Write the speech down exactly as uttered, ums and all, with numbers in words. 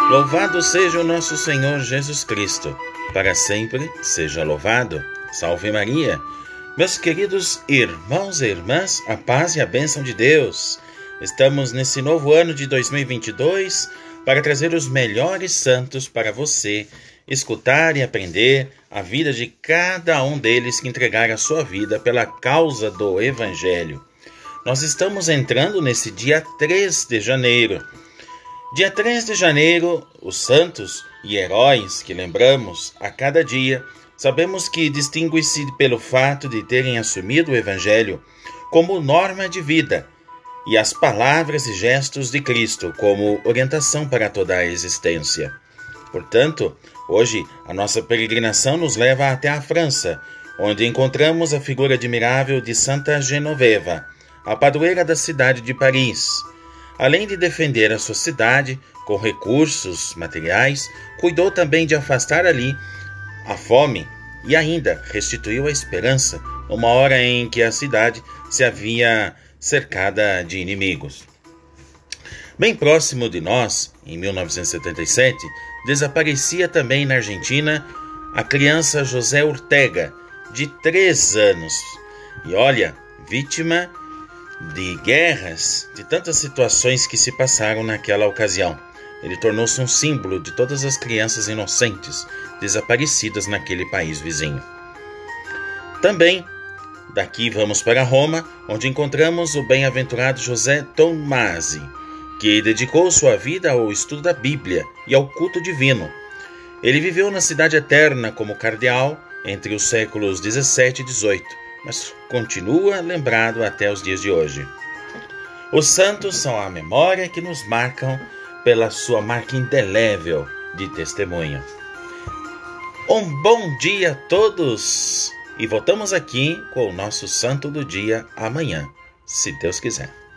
Louvado seja o nosso Senhor Jesus Cristo, para sempre seja louvado. Salve Maria! Meus queridos irmãos e irmãs, a paz e a bênção de Deus. Estamos nesse novo ano de dois mil e vinte e dois para trazer os melhores santos para você escutar e aprender a vida de cada um deles que entregaram a sua vida pela causa do Evangelho. Nós estamos entrando nesse dia três de janeiro. Dia três de janeiro, os santos e heróis que lembramos a cada dia, sabemos que distinguem-se pelo fato de terem assumido o Evangelho como norma de vida e as palavras e gestos de Cristo como orientação para toda a existência. Portanto, hoje a nossa peregrinação nos leva até a França, onde encontramos a figura admirável de Santa Genoveva, a padroeira da cidade de Paris. Além de defender a sua cidade com recursos materiais, cuidou também de afastar ali a fome e ainda restituiu a esperança numa hora em que a cidade se havia cercada de inimigos. Bem próximo de nós, em mil novecentos e setenta e sete, desaparecia também na Argentina a criança José Ortega, de três anos. E olha, vítima de guerras, de tantas situações que se passaram naquela ocasião. Ele tornou-se um símbolo de todas as crianças inocentes desaparecidas naquele país vizinho. Também, daqui vamos para Roma, onde encontramos o bem-aventurado José Tomasi, que dedicou sua vida ao estudo da Bíblia e ao culto divino. Ele viveu na Cidade Eterna como cardeal entre os séculos dezessete e dezoito, mas continua lembrado até os dias de hoje. Os santos são a memória que nos marcam pela sua marca indelével de testemunho. Um bom dia a todos! E voltamos aqui com o nosso santo do dia amanhã, se Deus quiser.